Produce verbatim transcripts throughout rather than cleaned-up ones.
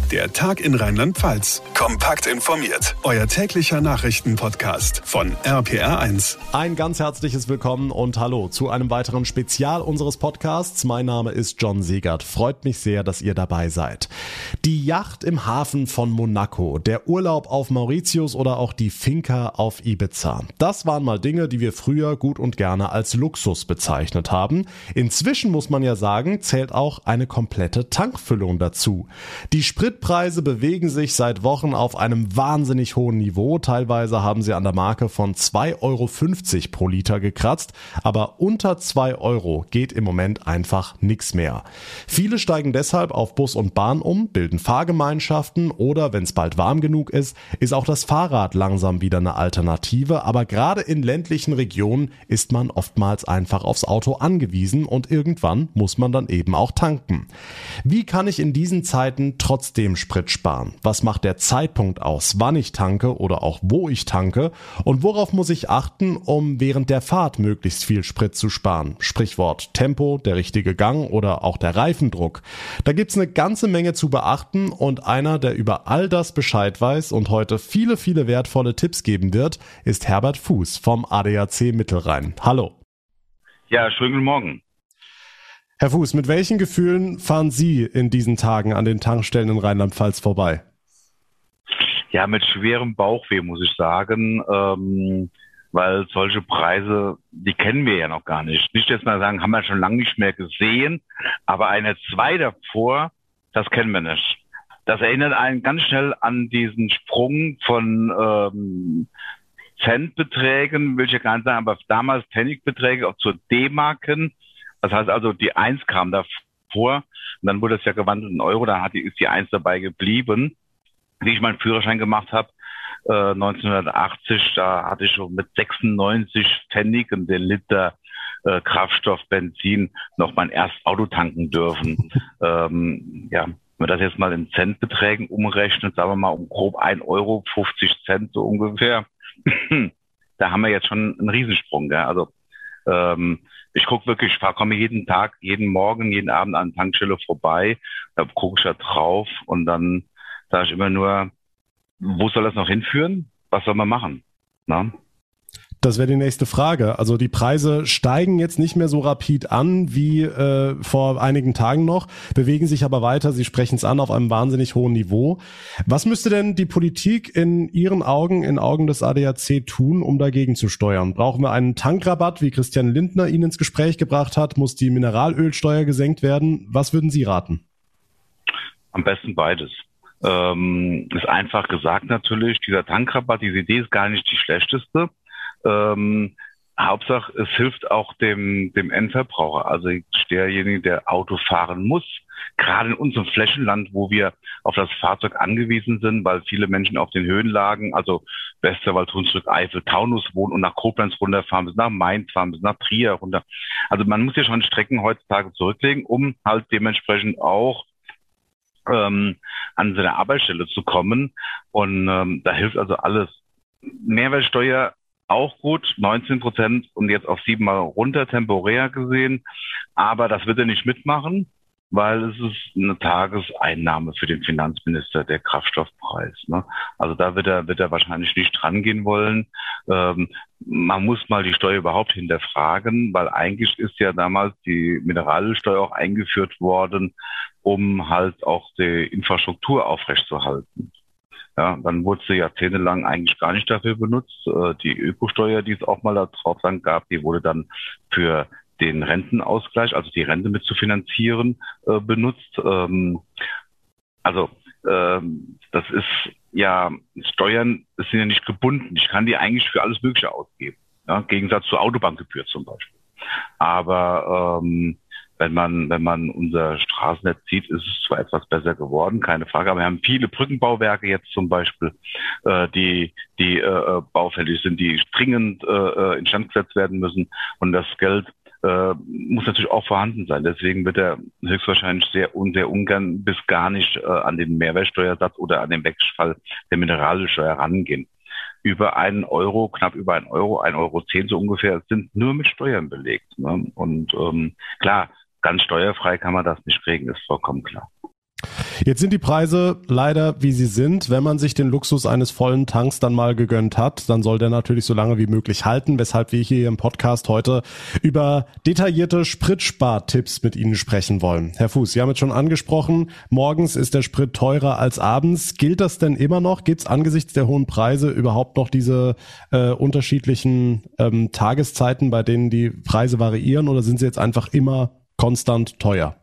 Der Tag in Rheinland-Pfalz. Kompakt informiert. Euer täglicher Nachrichtenpodcast von R P R eins. Ein ganz herzliches Willkommen und Hallo zu einem weiteren Spezial unseres Podcasts. Mein Name ist John Segert. Freut mich sehr, dass ihr dabei seid. Die Yacht im Hafen von Monaco, der Urlaub auf Mauritius oder auch die Finca auf Ibiza. Das waren mal Dinge, die wir früher gut und gerne als Luxus bezeichnet haben. Inzwischen muss man ja sagen, zählt auch eine komplette Tankfüllung dazu. Die Spritpreise bewegen sich seit Wochen auf einem wahnsinnig hohen Niveau. Teilweise haben sie an der Marke von zwei Euro fünfzig pro Liter gekratzt, aber unter zwei Euro geht im Moment einfach nichts mehr. Viele steigen deshalb auf Bus und Bahn um, bilden Fahrgemeinschaften oder, wenn es bald warm genug ist, ist auch das Fahrrad langsam wieder eine Alternative. Aber gerade in ländlichen Regionen ist man oftmals einfach aufs Auto angewiesen und irgendwann muss man dann eben auch tanken. Wie kann ich in diesen Zeiten trotzdem Sprit sparen? Was macht der Zeitpunkt aus, wann ich tanke oder auch wo ich tanke? Und worauf muss ich achten, um während der Fahrt möglichst viel Sprit zu sparen? Sprichwort Tempo, der richtige Gang oder auch der Reifendruck. Da gibt's eine ganze Menge zu beachten und einer, der über all das Bescheid weiß und heute viele, viele wertvolle Tipps geben wird, ist Herbert Fuß vom A D A C Mittelrhein. Hallo. Ja, schönen guten Morgen. Herr Fuß, mit welchen Gefühlen fahren Sie in diesen Tagen an den Tankstellen in Rheinland-Pfalz vorbei? Ja, mit schwerem Bauchweh, muss ich sagen, ähm, weil solche Preise, die kennen wir ja noch gar nicht. Nicht jetzt mal sagen, haben wir schon lange nicht mehr gesehen, aber eine zwei davor, das kennen wir nicht. Das erinnert einen ganz schnell an diesen Sprung von ähm, Centbeträgen, will ich ja gar nicht sagen, aber damals Pfennigbeträge auch zu D-Marken. Das heißt also, die eins kam davor und dann wurde es ja gewandelt in Euro, da hat die, ist die eins dabei geblieben. Wie ich meinen Führerschein gemacht habe, äh, neunzehnhundertachtzig, da hatte ich schon mit sechsundneunzig Pfennigen den Liter äh, Kraftstoff, Benzin noch mein erstes Auto tanken dürfen. ähm, ja, wenn man das jetzt mal in Centbeträgen umrechnet, sagen wir mal um grob ein Euro fünfzig Cent so ungefähr, da haben wir jetzt schon einen Riesensprung. Gell? Also ähm, ich gucke wirklich, ich fahr, komme jeden Tag, jeden Morgen, jeden Abend an der Tankstelle vorbei, da gucke ich da drauf und dann sage ich immer nur, wo soll das noch hinführen? Was soll man machen? Na? Das wäre die nächste Frage. Also die Preise steigen jetzt nicht mehr so rapid an wie äh, vor einigen Tagen noch, bewegen sich aber weiter, Sie sprechen es an, auf einem wahnsinnig hohen Niveau. Was müsste denn die Politik in Ihren Augen, in Augen des A D A C tun, um dagegen zu steuern? Brauchen wir einen Tankrabatt, wie Christian Lindner ihn ins Gespräch gebracht hat? Muss die Mineralölsteuer gesenkt werden? Was würden Sie raten? Am besten beides. Ähm, ist einfach gesagt natürlich, dieser Tankrabatt, diese Idee ist gar nicht die schlechteste. Ähm, Hauptsache, es hilft auch dem, dem Endverbraucher, also derjenige, der Auto fahren muss. Gerade in unserem Flächenland, wo wir auf das Fahrzeug angewiesen sind, weil viele Menschen auf den Höhenlagen, also Westerwald, Hunsrück, Eifel, Taunus wohnen und nach Koblenz runterfahren, bis nach Mainz fahren, bis nach Trier runter. Also man muss ja schon Strecken heutzutage zurücklegen, um halt dementsprechend auch ähm, an seine Arbeitsstelle zu kommen. Und ähm, da hilft also alles. Mehrwertsteuer auch gut, neunzehn Prozent und jetzt auf sieben Mal runter, temporär gesehen. Aber das wird er nicht mitmachen, weil es ist eine Tageseinnahme für den Finanzminister, der Kraftstoffpreis. Ne? Also da wird er, wird er wahrscheinlich nicht rangehen wollen. Ähm, man muss mal die Steuer überhaupt hinterfragen, weil eigentlich ist ja damals die Mineralölsteuer auch eingeführt worden, um halt auch die Infrastruktur aufrechtzuerhalten. Ja, dann wurde sie jahrzehntelang eigentlich gar nicht dafür benutzt. Die Ökosteuer, die es auch mal da drauf dann gab, die wurde dann für den Rentenausgleich, also die Rente mit zu finanzieren, äh, benutzt. Ähm, also ähm, das ist ja, Steuern sind ja nicht gebunden. Ich kann die eigentlich für alles Mögliche ausgeben. Ja, im Gegensatz zur Autobahngebühr zum Beispiel. Aber ähm, wenn man, wenn man unser Straßennetz sieht, ist es zwar etwas besser geworden, keine Frage, aber wir haben viele Brückenbauwerke jetzt zum Beispiel, äh, die, die äh, baufällig sind, die dringend äh, instand gesetzt werden müssen. Und das Geld äh, muss natürlich auch vorhanden sein. Deswegen wird er höchstwahrscheinlich sehr, un, sehr ungern bis gar nicht äh, an den Mehrwertsteuersatz oder an den Wegfall der Mineralölsteuer rangehen. Über einen Euro, knapp über einen Euro, ein Euro zehn so ungefähr, sind nur mit Steuern belegt. Ne? Und ähm, klar, ganz steuerfrei kann man das nicht kriegen, ist vollkommen klar. Jetzt sind die Preise leider, wie sie sind. Wenn man sich den Luxus eines vollen Tanks dann mal gegönnt hat, dann soll der natürlich so lange wie möglich halten, weshalb wir hier im Podcast heute über detaillierte Spritspartipps mit Ihnen sprechen wollen. Herr Fuß, Sie haben es schon angesprochen, morgens ist der Sprit teurer als abends. Gilt das denn immer noch? Gibt es angesichts der hohen Preise überhaupt noch diese äh, unterschiedlichen ähm, Tageszeiten, bei denen die Preise variieren, oder sind sie jetzt einfach immer konstant teuer?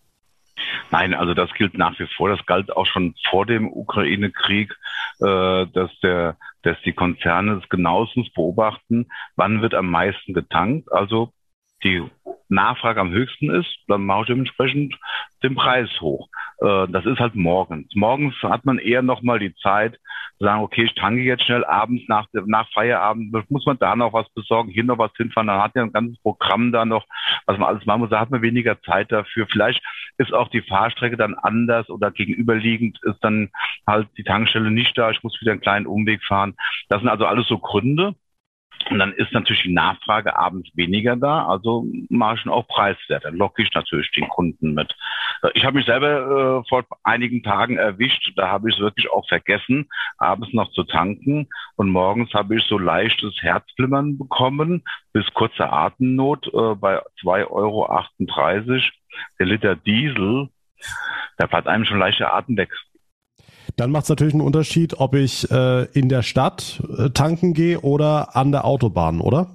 Nein, also das gilt nach wie vor. Das galt auch schon vor dem Ukraine-Krieg, äh, dass der, dass die Konzerne es genauestens beobachten, wann wird am meisten getankt. Also die Nachfrage am höchsten ist, dann mache ich dementsprechend den Preis hoch. Äh, das ist halt morgens. Morgens hat man eher nochmal die Zeit, zu sagen, okay, ich tanke jetzt schnell, abends nach, nach Feierabend muss man da noch was besorgen, hier noch was hinfahren, dann hat ja ein ganzes Programm da noch, was man alles machen muss, da hat man weniger Zeit dafür. Vielleicht ist auch die Fahrstrecke dann anders oder gegenüberliegend ist dann halt die Tankstelle nicht da, ich muss wieder einen kleinen Umweg fahren. Das sind also alles so Gründe. Und dann ist natürlich die Nachfrage abends weniger da, also mache ich auch preiswert. Dann locke ich natürlich den Kunden mit. Ich habe mich selber äh, vor einigen Tagen erwischt, da habe ich es wirklich auch vergessen, abends noch zu tanken. Und morgens habe ich so leichtes Herzflimmern bekommen, bis kurze Atemnot äh, bei zwei Euro achtunddreißig. Der Liter Diesel, da bleibt einem schon leicht der Atem weg. Dann macht es natürlich einen Unterschied, ob ich äh, in der Stadt äh, tanken gehe oder an der Autobahn, oder?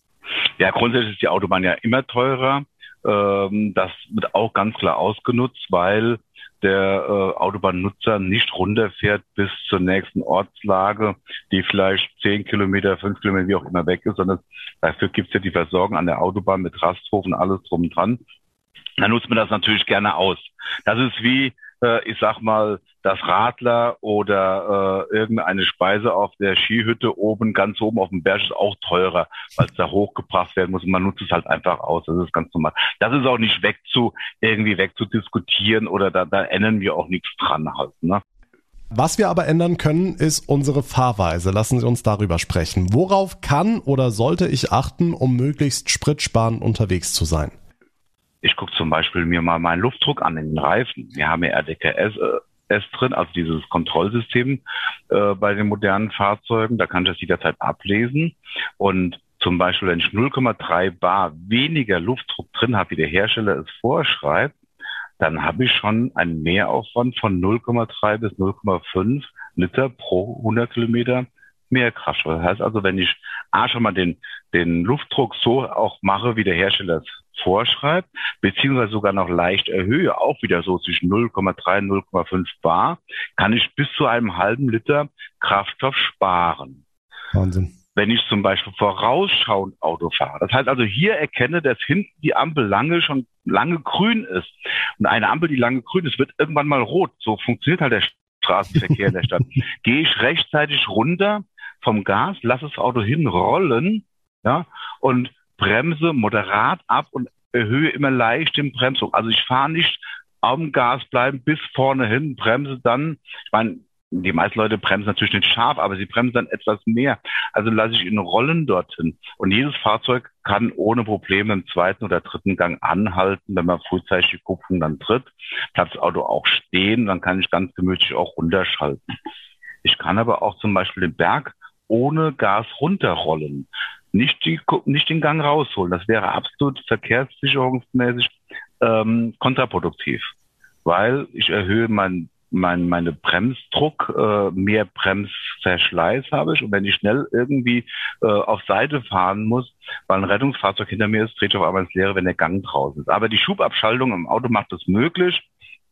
Ja, grundsätzlich ist die Autobahn ja immer teurer. Ähm, das wird auch ganz klar ausgenutzt, weil der äh, Autobahnnutzer nicht runterfährt bis zur nächsten Ortslage, die vielleicht zehn Kilometer, fünf Kilometer, wie auch immer weg ist, sondern dafür gibt es ja die Versorgung an der Autobahn mit Rasthof und alles drum und dran. Dann nutzt man das natürlich gerne aus. Das ist wie, äh, ich sag mal, das Radler oder äh, irgendeine Speise auf der Skihütte oben, ganz oben auf dem Berg ist auch teurer, weil es da hochgebracht werden muss und man nutzt es halt einfach aus. Das ist ganz normal. Das ist auch nicht wegzu, irgendwie wegzudiskutieren oder da, da ändern wir auch nichts dran halt, ne? Was wir aber ändern können, ist unsere Fahrweise. Lassen Sie uns darüber sprechen. Worauf kann oder sollte ich achten, um möglichst spritsparend unterwegs zu sein? Ich gucke zum Beispiel mir mal meinen Luftdruck an den Reifen. Wir haben ja R D K S äh, S drin, also dieses Kontrollsystem äh, bei den modernen Fahrzeugen. Da kann ich das jederzeit ablesen. Und zum Beispiel, wenn ich null Komma drei Bar weniger Luftdruck drin habe, wie der Hersteller es vorschreibt, dann habe ich schon einen Mehraufwand von null Komma drei bis null Komma fünf Liter pro hundert Kilometer mehr Kraftstoff. Das heißt also, wenn ich A, schon mal den, den Luftdruck so auch mache, wie der Hersteller es vorschreibt, beziehungsweise sogar noch leicht erhöhe, auch wieder so zwischen null Komma drei und null Komma fünf Bar, kann ich bis zu einem halben Liter Kraftstoff sparen. Wahnsinn. Wenn ich zum Beispiel vorausschauend Auto fahre. Das heißt also, hier erkenne, dass hinten die Ampel lange schon lange grün ist. Und eine Ampel, die lange grün ist, wird irgendwann mal rot. So funktioniert halt der Straßenverkehr in der Stadt. Gehe ich rechtzeitig runter vom Gas, lasse das Auto hinrollen, ja, und bremse moderat ab und erhöhe immer leicht den Bremsdruck. Also ich fahre nicht am Gas bleiben bis vorne hin, bremse dann, ich meine, die meisten Leute bremsen natürlich nicht scharf, aber sie bremsen dann etwas mehr. Also lasse ich ihn rollen dorthin. Und jedes Fahrzeug kann ohne Probleme im zweiten oder dritten Gang anhalten, wenn man frühzeitig die Kupplung dann tritt. Bleibt das Auto auch stehen, dann kann ich ganz gemütlich auch runterschalten. Ich kann aber auch zum Beispiel den Berg ohne Gas runterrollen. Nicht, die, nicht den Gang rausholen. Das wäre absolut verkehrssicherungsmäßig ähm, kontraproduktiv, weil ich erhöhe mein, mein, meine Bremsdruck, äh, mehr Bremsverschleiß habe ich. Und wenn ich schnell irgendwie äh, auf Seite fahren muss, weil ein Rettungsfahrzeug hinter mir ist, dreht ich auf einmal ins Leere, wenn der Gang draußen ist. Aber die Schubabschaltung im Auto macht es möglich,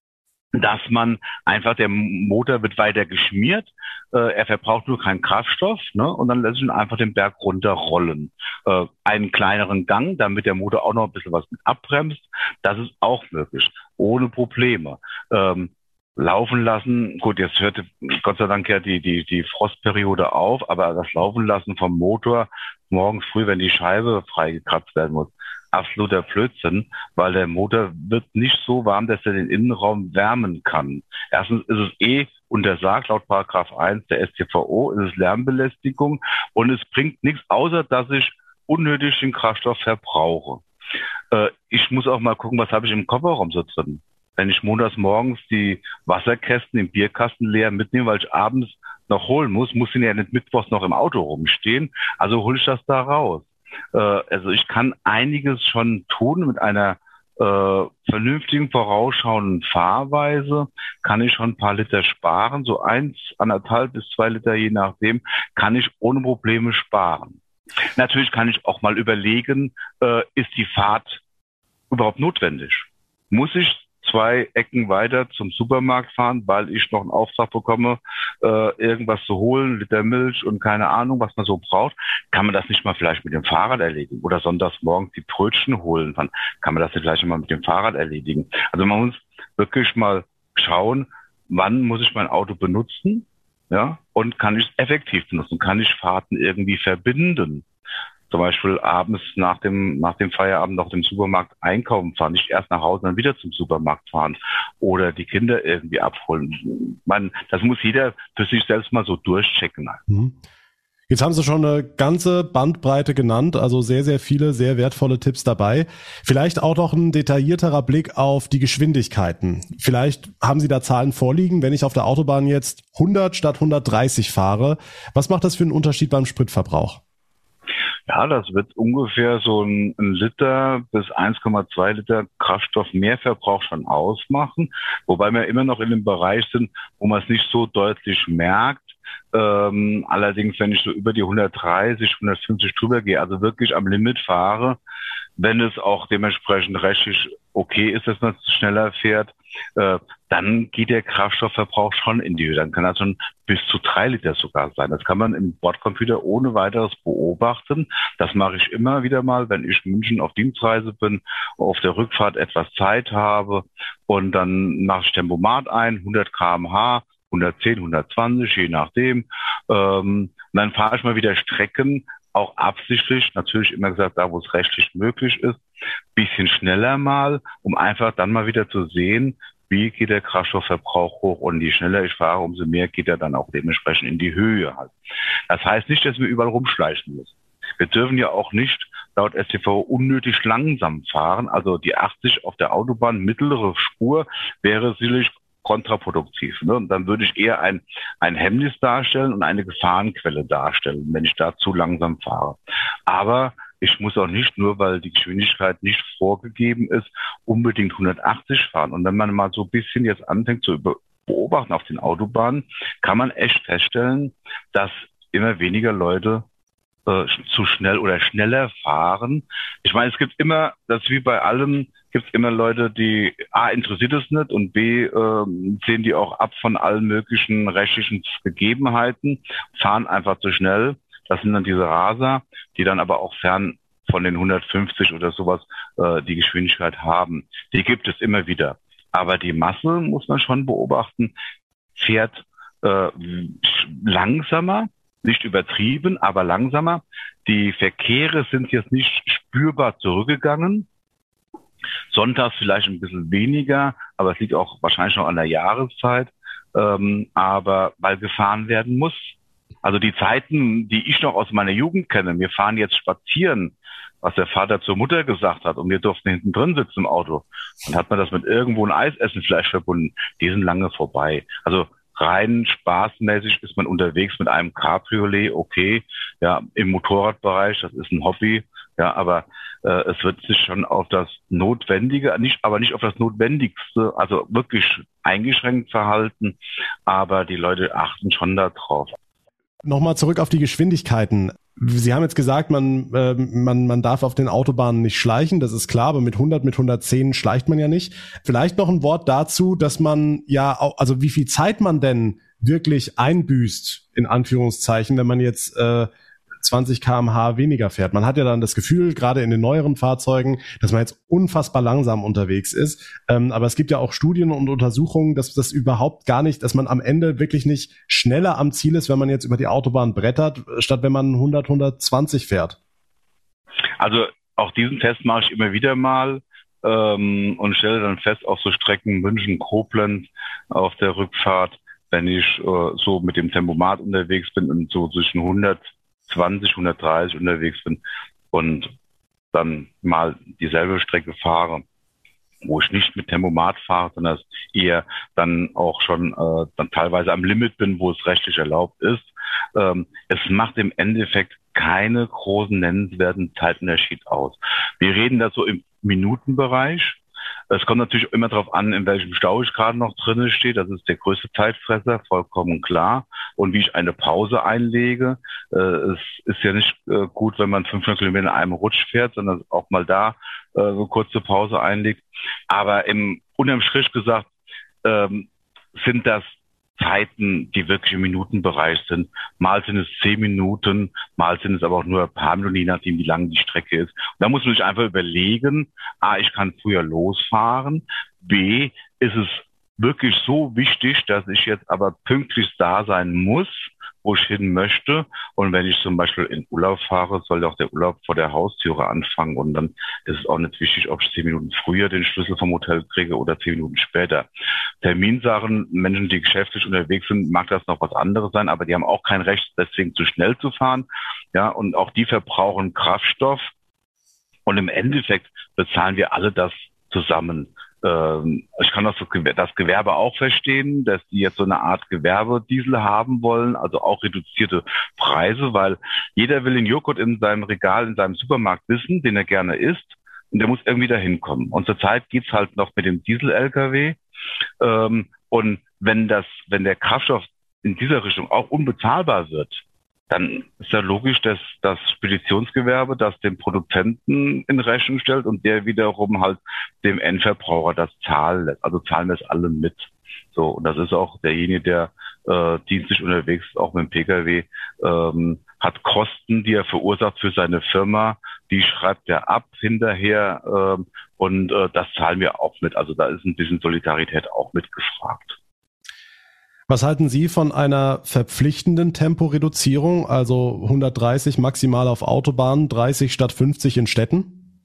dass man einfach, der Motor wird weiter geschmiert, äh, er verbraucht nur keinen Kraftstoff, ne, und dann lässt ich ihn einfach den Berg runterrollen. Äh, einen kleineren Gang, damit der Motor auch noch ein bisschen was mit abbremst, das ist auch möglich, ohne Probleme. Ähm, laufen lassen, gut, jetzt hört Gott sei Dank ja die, die, die Frostperiode auf, aber das Laufen lassen vom Motor morgens früh, wenn die Scheibe freigekratzt werden muss, absoluter Blödsinn, weil der Motor wird nicht so warm, dass er den Innenraum wärmen kann. Erstens ist es eh untersagt, laut Paragraph eins der S t V O, ist es Lärmbelästigung und es bringt nichts, außer dass ich unnötig den Kraftstoff verbrauche. Äh, ich muss auch mal gucken, was habe ich im Kofferraum so drin. wenn ich montags morgens die Wasserkästen im Bierkasten leer mitnehme, weil ich abends noch holen muss, muss ich ja nicht mittwochs noch im Auto rumstehen. Also hole ich das da raus. Äh, also ich kann einiges schon tun mit einer äh, vernünftigen, vorausschauenden Fahrweise. Kann ich schon ein paar Liter sparen, so eins, anderthalb bis zwei Liter, je nachdem, kann ich ohne Probleme sparen. Natürlich kann ich auch mal überlegen, äh, ist die Fahrt überhaupt notwendig? Muss ich zwei Ecken weiter zum Supermarkt fahren, weil ich noch einen Auftrag bekomme, äh, irgendwas zu holen, Liter Milch und keine Ahnung, was man so braucht? Kann man das nicht mal vielleicht mit dem Fahrrad erledigen? Oder sonntags morgens die Brötchen holen? Dann kann man das nicht vielleicht mal mit dem Fahrrad erledigen? Also man muss wirklich mal schauen, wann muss ich mein Auto benutzen? Ja, und kann ich es effektiv benutzen? Kann ich Fahrten irgendwie verbinden? Zum Beispiel abends nach dem, nach dem Feierabend noch dem Supermarkt einkaufen fahren, nicht erst nach Hause, dann wieder zum Supermarkt fahren oder die Kinder irgendwie abholen. Man, das muss jeder für sich selbst mal so durchchecken. Mhm. Jetzt haben Sie schon eine ganze Bandbreite genannt, also sehr, sehr viele, sehr wertvolle Tipps dabei. Vielleicht auch noch ein detaillierterer Blick auf die Geschwindigkeiten. Vielleicht haben Sie da Zahlen vorliegen, wenn ich auf der Autobahn jetzt hundert statt hundertdreißig fahre. Was macht das für einen Unterschied beim Spritverbrauch? Ja, das wird ungefähr so ein, ein Liter bis eins Komma zwei Liter Kraftstoffmehrverbrauch schon ausmachen, wobei wir immer noch in dem Bereich sind, wo man es nicht so deutlich merkt. Ähm, allerdings, wenn ich so über die hundertdreißig, hundertfünfzig drüber gehe, also wirklich am Limit fahre, wenn es auch dementsprechend rechtlich okay ist, dass man schneller fährt, äh, dann geht der Kraftstoffverbrauch schon in die Höhe. Dann kann das schon bis zu drei Liter sogar sein. Das kann man im Bordcomputer ohne weiteres beobachten. Das mache ich immer wieder mal, wenn ich in München auf Dienstreise bin, auf der Rückfahrt etwas Zeit habe und dann mache ich Tempomat ein, hundert Kilometer pro Stunde, hundertzehn, hundertzwanzig, je nachdem. Ähm, und dann fahre ich mal wieder Strecken, auch absichtlich, natürlich immer gesagt, da wo es rechtlich möglich ist, bisschen schneller mal, um einfach dann mal wieder zu sehen, wie geht der Kraftstoffverbrauch hoch, und je schneller ich fahre, umso mehr geht er dann auch dementsprechend in die Höhe halt. Das heißt nicht, dass wir überall rumschleichen müssen. Wir dürfen ja auch nicht laut S T V unnötig langsam fahren. Also die achtzig auf der Autobahn, mittlere Spur, wäre sicherlich kontraproduktiv. Ne? Und dann würde ich eher ein, ein Hemmnis darstellen und eine Gefahrenquelle darstellen, wenn ich da zu langsam fahre. Aber ich muss auch nicht, nur weil die Geschwindigkeit nicht vorgegeben ist, unbedingt hundertachtzig fahren. Und wenn man mal so ein bisschen jetzt anfängt zu beobachten auf den Autobahnen, kann man echt feststellen, dass immer weniger Leute äh, zu schnell oder schneller fahren. Ich meine, es gibt immer, das ist wie bei allem, gibt es immer Leute, die A, interessiert es nicht, und B, äh, sehen die auch ab von allen möglichen rechtlichen Gegebenheiten, fahren einfach zu schnell. Das sind dann diese Raser, die dann aber auch fern von den hundertfünfzig oder sowas äh, die Geschwindigkeit haben. Die gibt es immer wieder. Aber die Masse, muss man schon beobachten, fährt äh, langsamer, nicht übertrieben, aber langsamer. Die Verkehre sind jetzt nicht spürbar zurückgegangen. Sonntags vielleicht ein bisschen weniger, aber es liegt auch wahrscheinlich noch an der Jahreszeit. Ähm, aber weil gefahren werden muss. Also die Zeiten, die ich noch aus meiner Jugend kenne, wir fahren jetzt spazieren, was der Vater zur Mutter gesagt hat, und wir durften hinten drin sitzen im Auto. Dann hat man das mit irgendwo ein Eisessen vielleicht verbunden. Die sind lange vorbei. Also rein spaßmäßig ist man unterwegs mit einem Cabriolet, okay, ja, im Motorradbereich, das ist ein Hobby, ja, aber äh, es wird sich schon auf das Notwendige, nicht, aber nicht auf das Notwendigste, also wirklich eingeschränkt verhalten, aber die Leute achten schon darauf. Nochmal zurück auf die Geschwindigkeiten. Sie haben jetzt gesagt, man, äh, man, man darf auf den Autobahnen nicht schleichen, das ist klar, aber mit hundert, mit hundertzehn schleicht man ja nicht. Vielleicht noch ein Wort dazu, dass man ja auch, also wie viel Zeit man denn wirklich einbüßt, in Anführungszeichen, wenn man jetzt äh, zwanzig Kilometer pro Stunde weniger fährt. Man hat ja dann das Gefühl, gerade in den neueren Fahrzeugen, dass man jetzt unfassbar langsam unterwegs ist. Ähm, aber es gibt ja auch Studien und Untersuchungen, dass das überhaupt gar nicht, dass man am Ende wirklich nicht schneller am Ziel ist, wenn man jetzt über die Autobahn brettert, statt wenn man hundert, hundertzwanzig fährt. Also auch diesen Test mache ich immer wieder mal ähm, und stelle dann fest, auf so Strecken München, Koblenz auf der Rückfahrt, wenn ich äh, so mit dem Tempomat unterwegs bin und so zwischen hundertzwanzig, hundertdreißig unterwegs bin und dann mal dieselbe Strecke fahre, wo ich nicht mit Tempomat fahre, sondern eher dann auch schon äh, dann teilweise am Limit bin, wo es rechtlich erlaubt ist. Ähm, es macht im Endeffekt keine großen nennenswerten Zeitunterschied aus. Wir reden da so im Minutenbereich. Es kommt natürlich immer darauf an, in welchem Stau ich gerade noch drinne stehe. Das ist der größte Zeitfresser, vollkommen klar. Und wie ich eine Pause einlege. Äh, es ist ja nicht äh, gut, wenn man fünfhundert Kilometer in einem Rutsch fährt, sondern auch mal da äh, so kurze Pause einlegt. Aber im unterm Strich gesagt ähm, sind das Zeiten, die wirklich im Minutenbereich sind. Mal sind es zehn Minuten, mal sind es aber auch nur ein paar Minuten, je nachdem, wie lang die Strecke ist. Und da muss man sich einfach überlegen, A, ich kann früher losfahren, B, ist es wirklich so wichtig, dass ich jetzt aber pünktlich da sein muss, wo ich hin möchte. Und wenn ich zum Beispiel in Urlaub fahre, soll auch der Urlaub vor der Haustüre anfangen. Und dann ist es auch nicht wichtig, ob ich zehn Minuten früher den Schlüssel vom Hotel kriege oder zehn Minuten später. Terminsachen, Menschen, die geschäftlich unterwegs sind, mag das noch was anderes sein, aber die haben auch kein Recht, deswegen zu schnell zu fahren. Ja, und auch die verbrauchen Kraftstoff. Und im Endeffekt bezahlen wir alle das zusammen. Ich kann das Gewerbe auch verstehen, dass die jetzt so eine Art Gewerbediesel haben wollen, also auch reduzierte Preise, weil jeder will den Joghurt in seinem Regal, in seinem Supermarkt wissen, den er gerne isst, und der muss irgendwie dahin kommen. Und zurzeit geht's halt noch mit dem Diesel-L K W. Und wenn das, wenn der Kraftstoff in dieser Richtung auch unbezahlbar wird, dann ist ja logisch, dass das Speditionsgewerbe das dem Produzenten in Rechnung stellt und der wiederum halt dem Endverbraucher das zahlen lässt. Also zahlen das alle mit. So, und das ist auch derjenige, der äh, dienstlich unterwegs ist, auch mit dem Pkw, ähm, hat Kosten, die er verursacht für seine Firma, die schreibt er ab hinterher ähm, und äh, das zahlen wir auch mit. Also da ist ein bisschen Solidarität auch mitgefragt. Was halten Sie von einer verpflichtenden Temporeduzierung, also hundertdreißig maximal auf Autobahnen, dreißig statt fünfzig in Städten?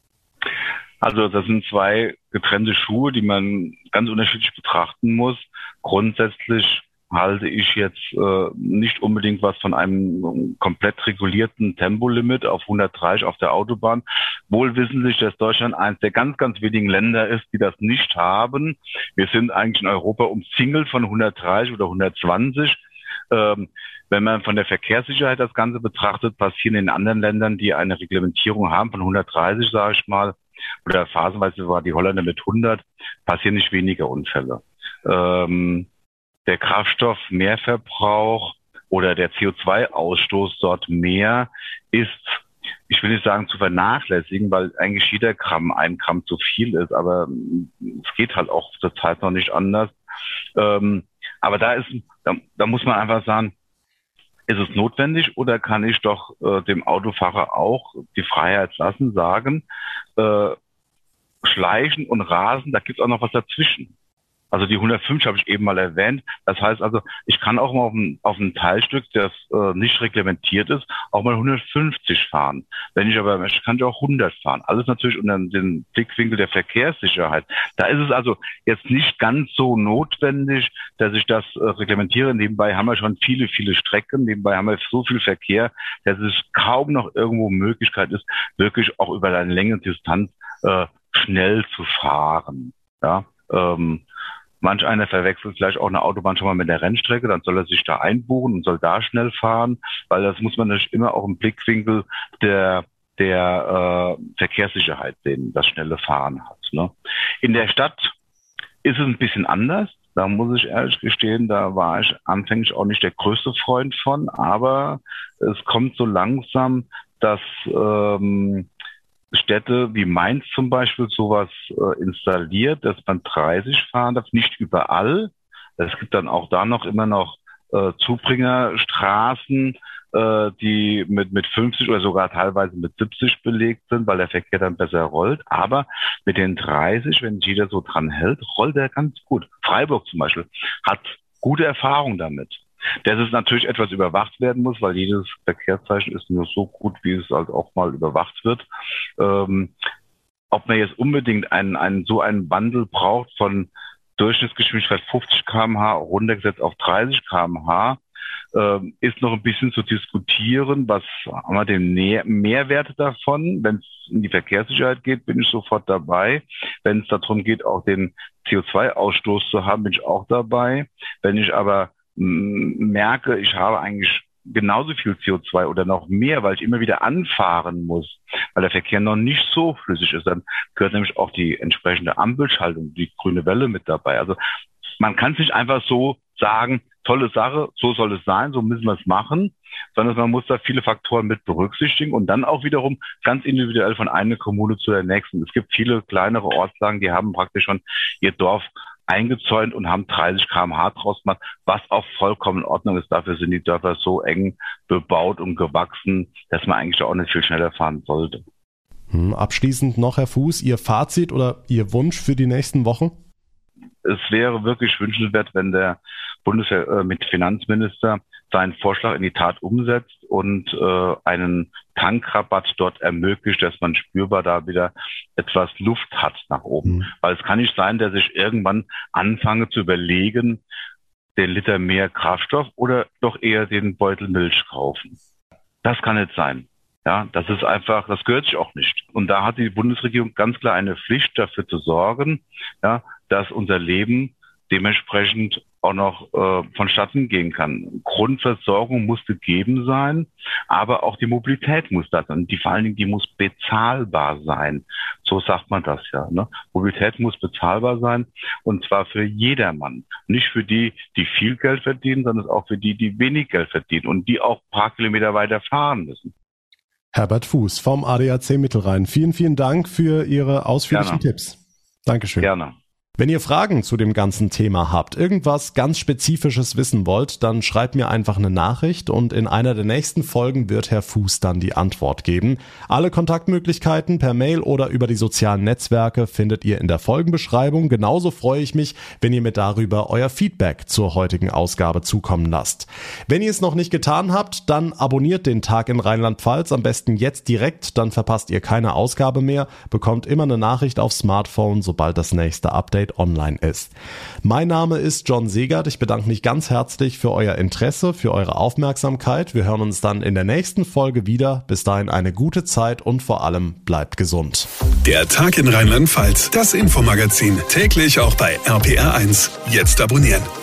Also das sind zwei getrennte Schuhe, die man ganz unterschiedlich betrachten muss. Grundsätzlich halte ich jetzt äh, nicht unbedingt was von einem komplett regulierten Tempolimit auf hundertdreißig auf der Autobahn. Wohl wissentlich, dass Deutschland eines der ganz, ganz wenigen Länder ist, die das nicht haben. Wir sind eigentlich in Europa umzingelt von hundertdreißig oder hundertzwanzig. Ähm, wenn man von der Verkehrssicherheit das Ganze betrachtet, passieren in anderen Ländern, die eine Reglementierung haben von hundertdreißig, sage ich mal, oder phasenweise war die Holländer mit hundert, passieren nicht weniger Unfälle. Ähm, der Kraftstoffmehrverbrauch oder der C O zwei Ausstoß dort mehr ist, ich will nicht sagen zu vernachlässigen, weil eigentlich jeder Gramm ein Gramm zu viel ist, aber es geht halt auch zurzeit noch nicht anders. Ähm, aber da ist, da, da muss man einfach sagen, ist es notwendig oder kann ich doch äh, dem Autofahrer auch die Freiheit lassen, sagen, äh, schleichen und rasen, da gibt es auch noch was dazwischen. Also die hundertfünfzig habe ich eben mal erwähnt. Das heißt also, ich kann auch mal auf ein, auf ein Teilstück, das äh, nicht reglementiert ist, auch mal hundertfünfzig fahren. Wenn ich aber möchte, kann ich auch hundert fahren. Alles natürlich unter dem Blickwinkel der Verkehrssicherheit. Da ist es also jetzt nicht ganz so notwendig, dass ich das äh, reglementiere. Nebenbei haben wir schon viele, viele Strecken. Nebenbei haben wir so viel Verkehr, dass es kaum noch irgendwo Möglichkeit ist, wirklich auch über eine längere Distanz äh, schnell zu fahren. Ja, ähm, Manch einer verwechselt vielleicht auch eine Autobahn schon mal mit der Rennstrecke, dann soll er sich da einbuchen und soll da schnell fahren, weil das muss man natürlich immer auch im Blickwinkel der der äh, Verkehrssicherheit sehen, das schnelle Fahren hat. Ne? In der Stadt ist es ein bisschen anders. Da muss ich ehrlich gestehen, da war ich anfänglich auch nicht der größte Freund von, aber es kommt so langsam, dass ähm, Städte wie Mainz zum Beispiel sowas äh, installiert, dass man dreißig fahren darf, nicht überall. Es gibt dann auch da noch immer noch äh, Zubringerstraßen, äh, die mit mit fünfzig oder sogar teilweise mit siebzig belegt sind, weil der Verkehr dann besser rollt. Aber mit den dreißig, wenn sich jeder so dran hält, rollt er ganz gut. Freiburg zum Beispiel hat gute Erfahrung damit. Dass es natürlich etwas überwacht werden muss, weil jedes Verkehrszeichen ist nur so gut, wie es halt auch mal überwacht wird. Ähm, ob man jetzt unbedingt einen, einen so einen Wandel braucht von Durchschnittsgeschwindigkeit fünfzig Kilometer pro Stunde runtergesetzt auf dreißig Kilometer pro Stunde, äh, ist noch ein bisschen zu diskutieren, was haben wir den Nähr- Mehrwert davon. Wenn es in die Verkehrssicherheit geht, bin ich sofort dabei. Wenn es darum geht, auch den C O zwei Ausstoß zu haben, bin ich auch dabei. Wenn ich aber m- merke, ich habe eigentlich genauso viel C O zwei oder noch mehr, weil ich immer wieder anfahren muss, weil der Verkehr noch nicht so flüssig ist, dann gehört nämlich auch die entsprechende Ampelschaltung, die grüne Welle mit dabei. Also man kann es nicht einfach so sagen, tolle Sache, so soll es sein, so müssen wir es machen, sondern man muss da viele Faktoren mit berücksichtigen und dann auch wiederum ganz individuell von einer Kommune zu der nächsten. Es gibt viele kleinere Ortslagen, die haben praktisch schon ihr Dorf eingezäunt und haben dreißig Kilometer pro Stunde draus gemacht, was auch vollkommen in Ordnung ist. Dafür sind die Dörfer so eng bebaut und gewachsen, dass man eigentlich auch nicht viel schneller fahren sollte. Hm, abschließend noch, Herr Fuß, Ihr Fazit oder Ihr Wunsch für die nächsten Wochen? Es wäre wirklich wünschenswert, wenn der Bundesfinanzminister seinen Vorschlag in die Tat umsetzt und äh, einen Tankrabatt dort ermöglicht, dass man spürbar da wieder etwas Luft hat nach oben. Mhm. Weil es kann nicht sein, dass ich irgendwann anfange zu überlegen, den Liter mehr Kraftstoff oder doch eher den Beutel Milch kaufen. Das kann nicht sein. Ja, das ist einfach, das gehört sich auch nicht. Und da hat die Bundesregierung ganz klar eine Pflicht, dafür zu sorgen, ja, dass unser Leben dementsprechend auch noch äh, vonstatten gehen kann. Grundversorgung muss gegeben sein, aber auch die Mobilität muss da sein. Die vor allen Dingen, die muss bezahlbar sein. So sagt man das ja. Ne? Mobilität muss bezahlbar sein und zwar für jedermann. Nicht für die, die viel Geld verdienen, sondern auch für die, die wenig Geld verdienen und die auch ein paar Kilometer weiter fahren müssen. Herbert Fuß vom A D A C Mittelrhein. Vielen, vielen Dank für Ihre ausführlichen Gerne. Tipps. Dankeschön. Gerne. Wenn ihr Fragen zu dem ganzen Thema habt, irgendwas ganz Spezifisches wissen wollt, dann schreibt mir einfach eine Nachricht und in einer der nächsten Folgen wird Herr Fuß dann die Antwort geben. Alle Kontaktmöglichkeiten per Mail oder über die sozialen Netzwerke findet ihr in der Folgenbeschreibung. Genauso freue ich mich, wenn ihr mir darüber euer Feedback zur heutigen Ausgabe zukommen lasst. Wenn ihr es noch nicht getan habt, dann abonniert den Tag in Rheinland-Pfalz, am besten jetzt direkt, dann verpasst ihr keine Ausgabe mehr, bekommt immer eine Nachricht aufs Smartphone, sobald das nächste Update online ist. Mein Name ist John Segert. Ich bedanke mich ganz herzlich für euer Interesse, für eure Aufmerksamkeit. Wir hören uns dann in der nächsten Folge wieder. Bis dahin eine gute Zeit und vor allem bleibt gesund. Der Tag in Rheinland-Pfalz, das Infomagazin, täglich auch bei R P R eins. Jetzt abonnieren.